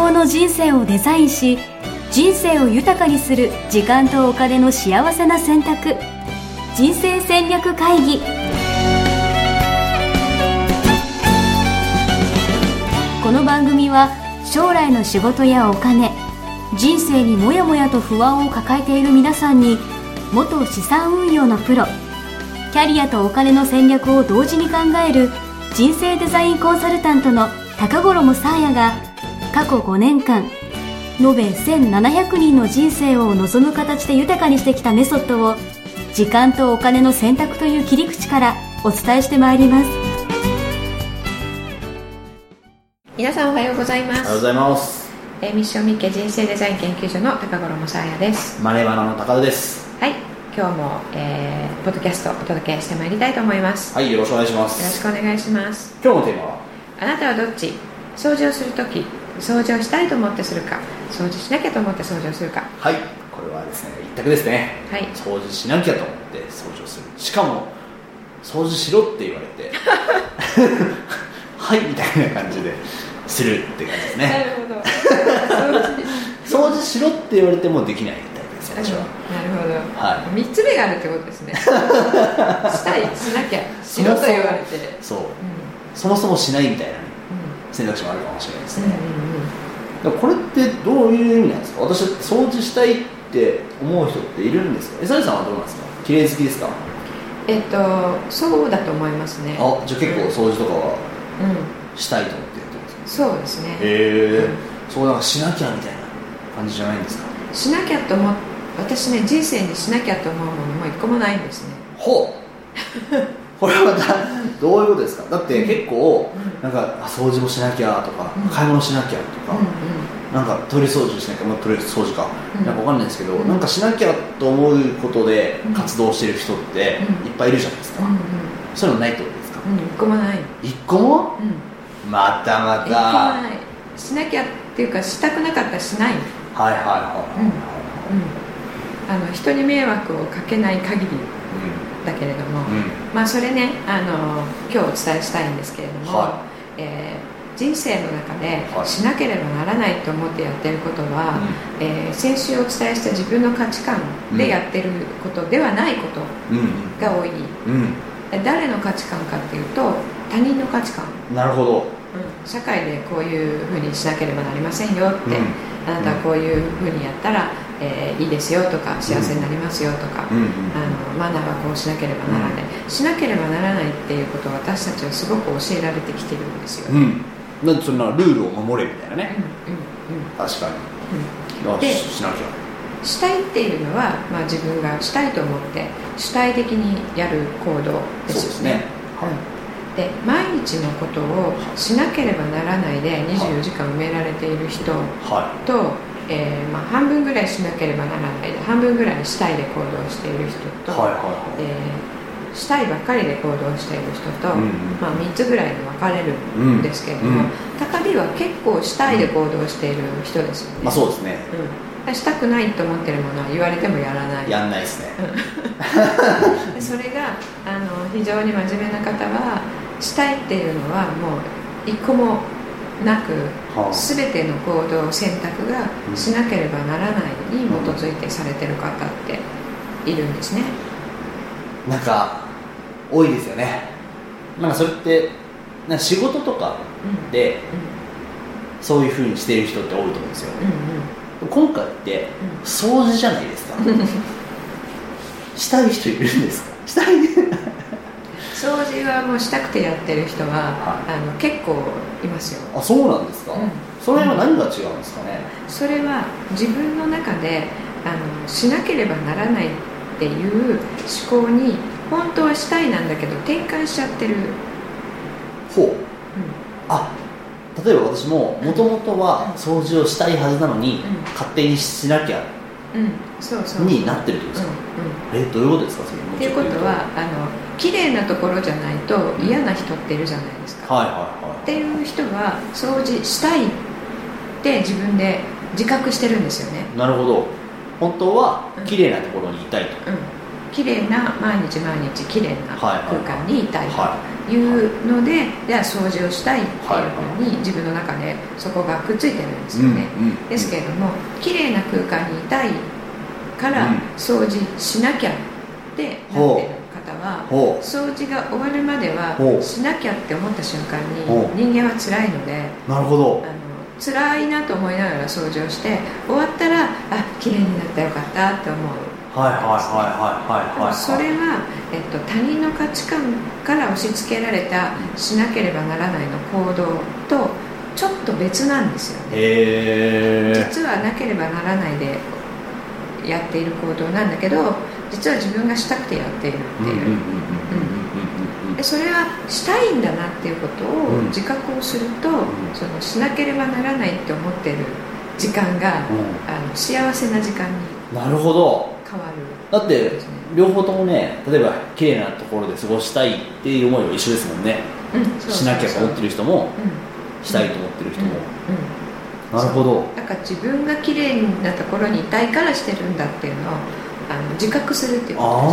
高の人生をデザインし、人生を豊かにする時間とお金の幸せな選択、人生戦略会議。この番組は将来の仕事やお金、人生にもやもやと不安を抱えている皆さんに、元資産運用のプロ、キャリアとお金の戦略を同時に考える人生デザインコンサルタントの高頃もさあやが、過去5年間延べ1700人の人生を望む形で豊かにしてきたメソッドを、時間とお金の選択という切り口からお伝えしてまいります。 皆さんおはようございます。 おはようございます。 ミッションミッケ人生デザイン研究所の高頃もさあやです。 マネバナの高田です。 はい、今日も、ポッドキャストをお届けしてまいりたいと思います。 はい、よろしくお願いします。 よろしくお願いします。 今日のテーマは、 あなたはどっち？掃除をするとき、掃除をしたいと思ってするか、掃除しなきゃと思って掃除をするか。 はい、これはですね、一択ですね。 はい、 掃除しなきゃと思って掃除をする。しかも掃除しろって言われてはいみたいな感じでするって感じですね。 なるほど掃除しろって言われてもできないタイプです私は。 なるほど、 はい、 3つ目があるってことですねしたい、しなきゃ、しろと言われて、 そう、そもそもしないみたいな、選択肢もあるかもしれないですね。だからこれってどういう意味なんですか？私は掃除したいって思う人っているんですか？サリさんはどうなんですか？綺麗好きですか？ そうだと思いますね。 あ、じゃあ結構掃除とかはしたいと思ってやってますか？ そうですね。 そうなんかしなきゃみたいな感じじゃないんですか？ しなきゃと思う、私ね、人生にしなきゃと思うものも一個もないんですね。 ほうこれはどういうことですか？だって結構、なんか掃除もしなきゃとか、買い物しなきゃとか、なんかトイレ掃除しなきゃ、トイレ掃除か、なんかわかんないですけど、なんかしなきゃと思うことで活動してる人っていっぱいいるじゃないですか。そういうのないってことですか？ 一個もない。 一個も？またまた。 一個もない。しなきゃっていうか、したくなかったらしない。 はいはいはい。 人に迷惑をかけない限りだけれども、まあそれね、今日お伝えしたいんですけれども、人生の中でしなければならないと思ってやってることは、先週お伝えした自分の価値観でやってることではないことが多い。誰の価値観かっていうと、他人の価値観。 なるほど。 社会でこういうふうにしなければなりませんよって、あなたはこういうふうにやったら、いいですよとか、幸せになりますよとか、マナーはこうしなければならない、しなければならないっていうことを私たちはすごく教えられてきてるんですよね。 なんでそんなルールを守れみたいなね。確かに。で、しなきゃ。 したいっていうのは、自分がしたいと思って主体的にやる行動ですよね。で、毎日のことをしなければならないで24時間埋められている人と、半分ぐらいしなければならないで半分ぐらいしたいで行動している人と、したいばっかりで行動している人と、3つぐらいに分かれるんですけれども、高木は結構したいで行動している人ですよね。 そうですね。 したくないと思ってるものは言われてもやらない。 やんないですね。 それが非常に真面目な方は、したいっていうのはもう一個もなく、全ての行動選択がしなければならないに基づいてされてる方っているんですね。 なんか多いですよね。なんかそれってなんか仕事とかで、そういう風にしている人って多いと思うんですよ。今回って掃除じゃないですか。したい人いるんですか？したい掃除はもうしたくてやってる人は、結構いますよ。 あ、そうなんですか？それは何が違うんですかね？ それは自分の中でしなければならないっていう思考に、本当はしたいなんだけど転換しちゃってる。 例えば私ももともとは掃除をしたいはずなのに、勝手にしなきゃになってるってことですか？どういうことですか？ っていうことは、綺麗なところじゃないと嫌な人っているじゃないですか。っていう人は掃除したいって自分で自覚してるんですよね。 なるほど。本当は綺麗なところにいたいと、 綺麗な毎日毎日綺麗な空間にいたいと、 いうので、じゃあ掃除をしたいっていうふうに自分の中でそこがくっついてるんですよね、ですけれども、綺麗な空間にいたいから掃除しなきゃってなってる方は、掃除が終わるまではしなきゃって思った瞬間に人間は辛いので、 なるほど、 辛いなと思いながら掃除をして終わったら、綺麗になったよかったって思う。それは、他人の価値観から押し付けられたしなければならないの行動とちょっと別なんですよね。実はなければならないでやっている行動なんだけど、実は自分がしたくてやっているっていう、でそれはしたいんだなっていうことを自覚をすると、そのしなければならないって思ってる時間が、幸せな時間になるほど変わる。 だって両方ともね、例えば綺麗なところで過ごしたいっていう思いは一緒ですもんね、しなきゃと思ってる人も、したいと思ってる人も、なるほど。 だから自分が綺麗なところにいたいからしてるんだっていうのを自覚するっていうことです。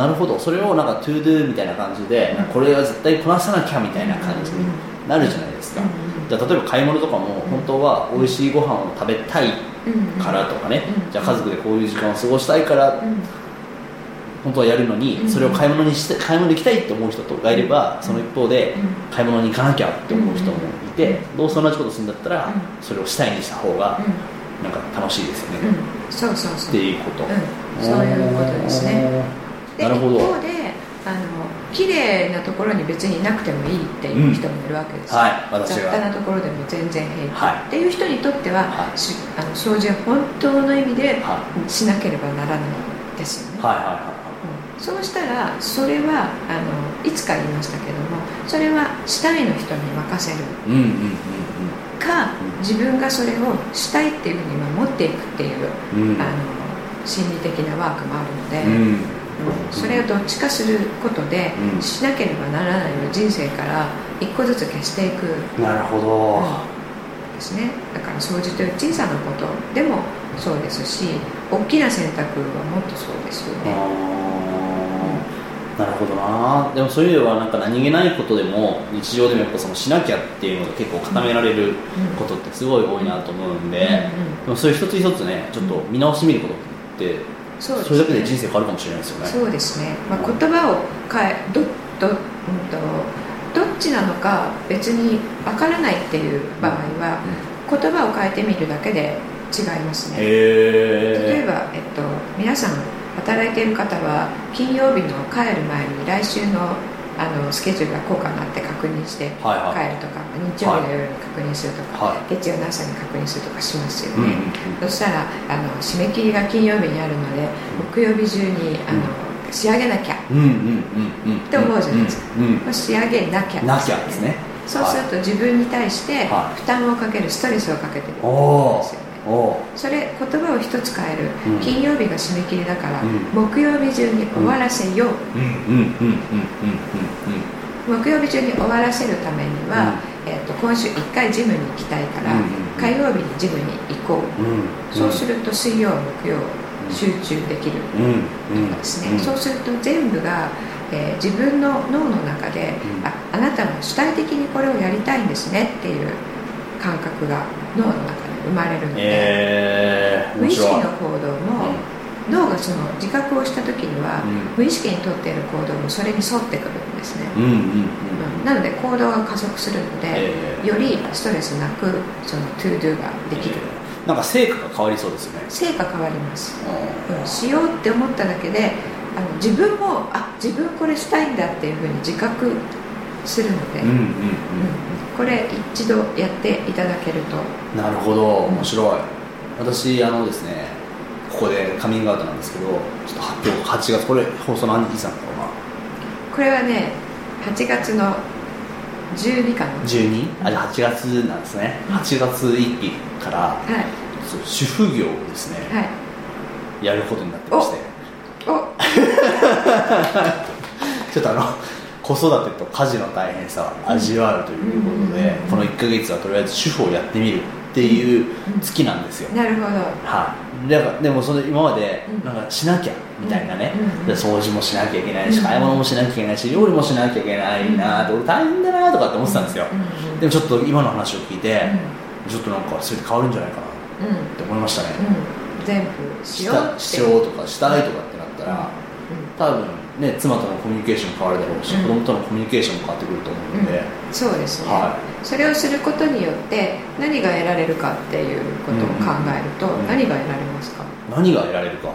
なるほど。それをなんか to do みたいな感じで、これは絶対こなさなきゃみたいな感じになるじゃないですか。じゃあ例えば買い物とかも本当は美味しいご飯を食べたいからとかね、じゃあ家族でこういう時間を過ごしたいから本当はやるのに、それを買い物に行きたいって思う人がいれば、その一方で買い物に行かなきゃって思う人もいて、どうせ同じことするんだったらそれをしたいにした方がなんか楽しいですよね、 そうそうそうっていうこと、 そういうことですね。でなるほど。 一方で綺麗なところに別にいなくてもいいっていう人もいるわけです、雑多なところでも全然平気、っていう人にとっては、掃除は本当の意味でしなければならないですよね、そうしたらそれはいつか言いましたけども、それはしたいの人に任せる、か自分がそれをしたいっていうふうに持っていくっていう、心理的なワークもあるので、それをどっちかすることで、しなければならないを人生から一個ずつ消していく。 なるほど、 ですね。だから掃除という小さなことでもそうですし、大きな選択はもっとそうですよね。 なるほどな。でもそういう意味ではなんか何気ないことでも日常でもやっぱそのしなきゃっていうのが結構固められることってすごい多いなと思うんで、でもそういう一つ一つね、ちょっと見直してみることってそれだけで人生変わるかもしれないですよね。 そうですね、言葉をどっちなのか別にわからないっていう場合は、言葉を変えてみるだけで違いますね。例えば、皆さん働いている方は金曜日の帰る前に来週のスケジュールがこうかなって確認して帰るとか、日曜日の夜に確認するとか、月曜の朝に確認するとかしますよね、そしたら締め切りが金曜日にあるので木曜日中に仕上げなきゃって思うじゃないですか、仕上げなきゃですね。そうすると自分に対して負担をかける、ストレスをかけてるんですよね。それ言葉を一つ変える、金曜日が締め切りだから、木曜日中に終わらせよう、木曜日中に終わらせるためには、今週1回ジムに行きたいから、火曜日にジムに行こう、そうすると水曜木曜集中できるとかですね、そうすると全部が、自分の脳の中で、あなたは主体的にこれをやりたいんですねっていう感覚が脳の中に生まれるので、無意識の行動も、脳がその自覚をした時には、無意識にとっている行動もそれに沿ってくるんですね、なので行動が加速するので、よりストレスなくその to do ができる、 なんか成果が変わりそうですね。 成果変わります、しようって思っただけで自分も自分これしたいんだっていうふうに自覚するので、これ一度やっていただけると。 なるほど、面白い。私ですね、ここでカミングアウトなんですけど、ちょっと発表、8月、これ放送何日なのかな。 これはね、8月の12かな。12？ 8月なんですね。8月1日から、主婦業をですね、やることになってまして、ちょっと子育てと家事の大変さを味わうということで、この1ヶ月はとりあえず主婦をやってみるっていう月なんですよ、 なるほど。 はい、だからでもその今までなんかしなきゃみたいなね、で掃除もしなきゃいけないし、買い物もしなきゃいけないし、料理もしなきゃいけないなって、俺大変だなとかって思ってたんですよ、でもちょっと今の話を聞いて、ちょっとなんかそれで変わるんじゃないかなって思いましたね、 全部しようとかしたいとかってなったら、多分ね、妻とのコミュニケーションも変わるだろうし、子供とのコミュニケーションも変わってくると思うので、 そうですね、 はい、それをすることによって何が得られるかっていうことを考えると、何が得られますか？ 何が得られるか、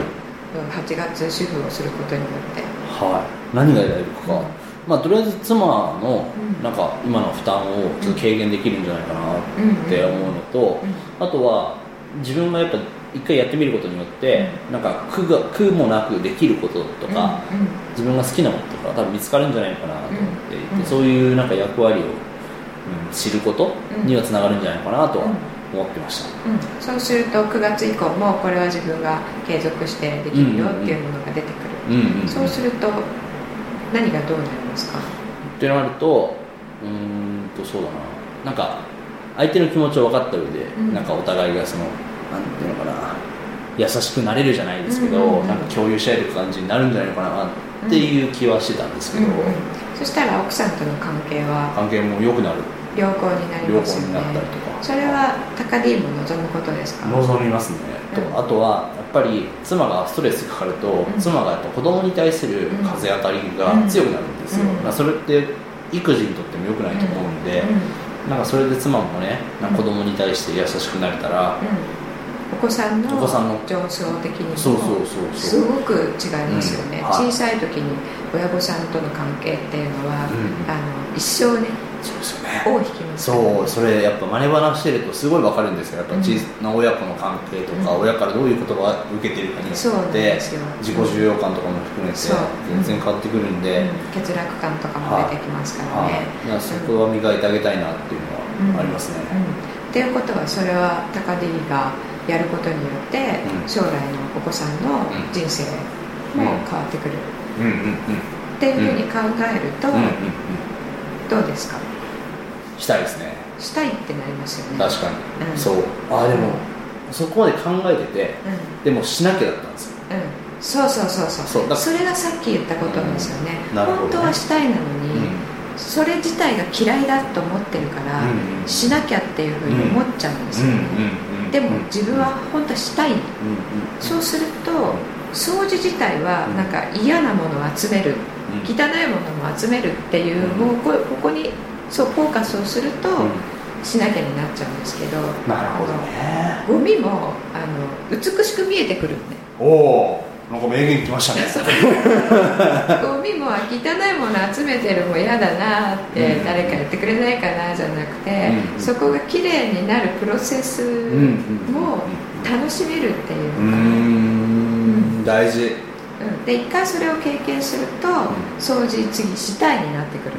8月主婦をすることによって、 はい、何が得られるか、まあ、とりあえず妻のなんか今の負担をちょっと軽減できるんじゃないかなって思うのと、あとは自分がやっぱ一回やってみることによって、なんか苦もなくできることとか、自分が好きなものとか多分見つかるんじゃないかなと思っていて、そういうなんか役割を、知ることにはつながるんじゃないかなとは思ってました、 そうすると9月以降もこれは自分が継続してできるよっていうものが出てくる、そうすると何がどうなりますかってなると、そうだな、なんか相手の気持ちを分かった上で、なんかお互いがそのなんていうのかな、優しくなれるじゃないですけど、なんか共有し合える感じになるんじゃないのかなっていう気はしてたんですけど、 そしたら奥さんとの関係も良くなる、 良好になりますよね。 良好になったりとか、 それは高 D も望むことですか？ 望みますね、あとはやっぱり妻がストレスかかると、妻がやっぱ子供に対する風当たりが強くなるんですよ、それって育児にとっても良くないと思うんで、なんかそれで妻もね、なんか子供に対して優しくなれたら、 お子さんの上層的にもすごく違いますよね、小さい時に親御さんとの関係っていうのは、一生ね、 そうですよね、 尾を引きます、 そう、それやっぱ真似話してるとすごい分かるんですよ、やっぱ小さな親子の関係とか、親からどういう言葉を受けてるかによって自己重要感とかも含めて全然変わってくるんで、 欠落感とかも出てきますからね、 そこは磨いてあげたいなっていうのはありますね、 っていうことは、それは高 D がやることによって、将来のお子さんの人生も変わってくるっていうふうに考えると、どうですか？ したいですね。 したいってなりますよね。 確かに、そう、でもそこまで考えてて、でもしなきゃだったんですよ、そうそれがさっき言ったことですよね、本当はしたいなのに、それ自体が嫌いだと思ってるから、しなきゃっていうふうに思っちゃうんですよね、でも自分は本当はしたい、そうすると掃除自体はなんか嫌なものを集める、汚いものも集めるっていう、ここにそうフォーカスをすると、しなきゃになっちゃうんですけど、 なるほどね、 ゴミも美しく見えてくるんで、 なんか名言きましたねゴミも汚いもの集めてるも嫌だなって誰か言ってくれないかなじゃなくて、そこがきれいになるプロセスも楽しめるっていうのかな、 大事で、一回それを経験すると、掃除次したいになってくる、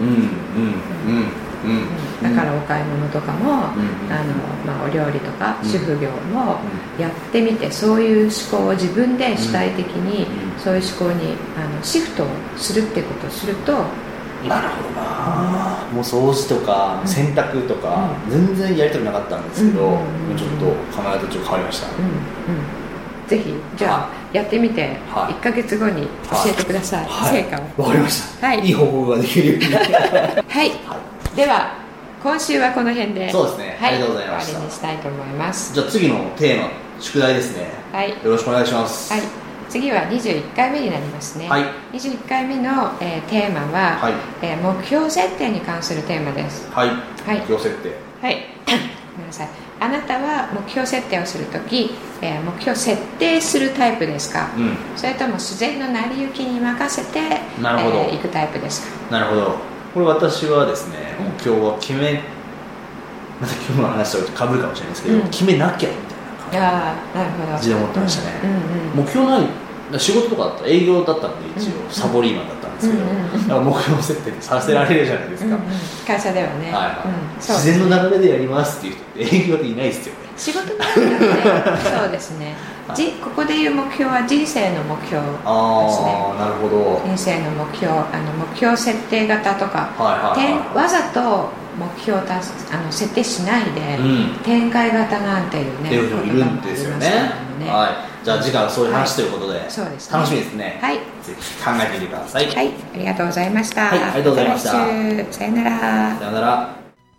だからお買い物とかも、お料理とか主婦業もやってみて、そういう思考を自分で主体的に、そういう思考にシフトをするっていうことをすると、 なるほどな、もう掃除とか洗濯とか、全然やりたくなかったんですけど、ちょっと考え方ちょっと変わりました、 ぜひじゃあやってみて、1ヶ月後に教えてください、成果を。 わかりました、いい報告ができるようにはい、では今週はこの辺で、 そうですね、ありがとうございました。 終わりにしたいと思います。 じゃあ次のテーマ、宿題ですね、よろしくお願いします。 次は21回目になりますね、21回目の、テーマは、目標設定に関するテーマです。 目標設定、 ごめんなさい。あなたは目標設定をするとき、目標設定するタイプですか、それとも自然の成り行きに任せていくタイプですか？ なるほど。これ私はですね、目標は決め、また今日の話とかぶるかもしれないですけど、決めなきゃみたいな感じで思ってましたね。目標何、仕事とかだったら営業だったんで、一応サボリーマンだったんですけど、だから目標設定させられるじゃないですか、 会社ではね、 自然の流れでやりますっていう人営業でいないですよね。 仕事だったらねそうですね、ここでいう目標は人生の目標ですね。 なるほど。 人生の目標、目標設定型とか、わざと目標を設定しないで、展開型なんていうね、 っていう人もいるんですよね。はい。じゃあ次回はそういう話ということで、 そうですね、 楽しみですね。 はい。 ぜひ考えてみてください。 はい。ありがとうございました。 はい。ありがとうございました。 さよなら。 さよなら。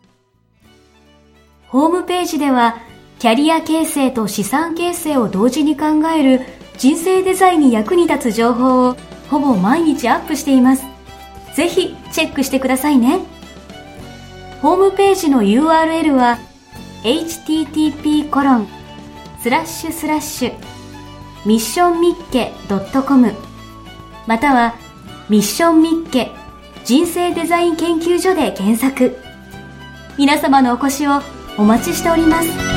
ホームページではキャリア形成と資産形成を同時に考える人生デザインに役に立つ情報をほぼ毎日アップしています。ぜひチェックしてくださいね。ホームページの URL は http://missionmicke.com またはミッションミッケ人生デザイン研究所で検索。皆様のお越しをお待ちしております。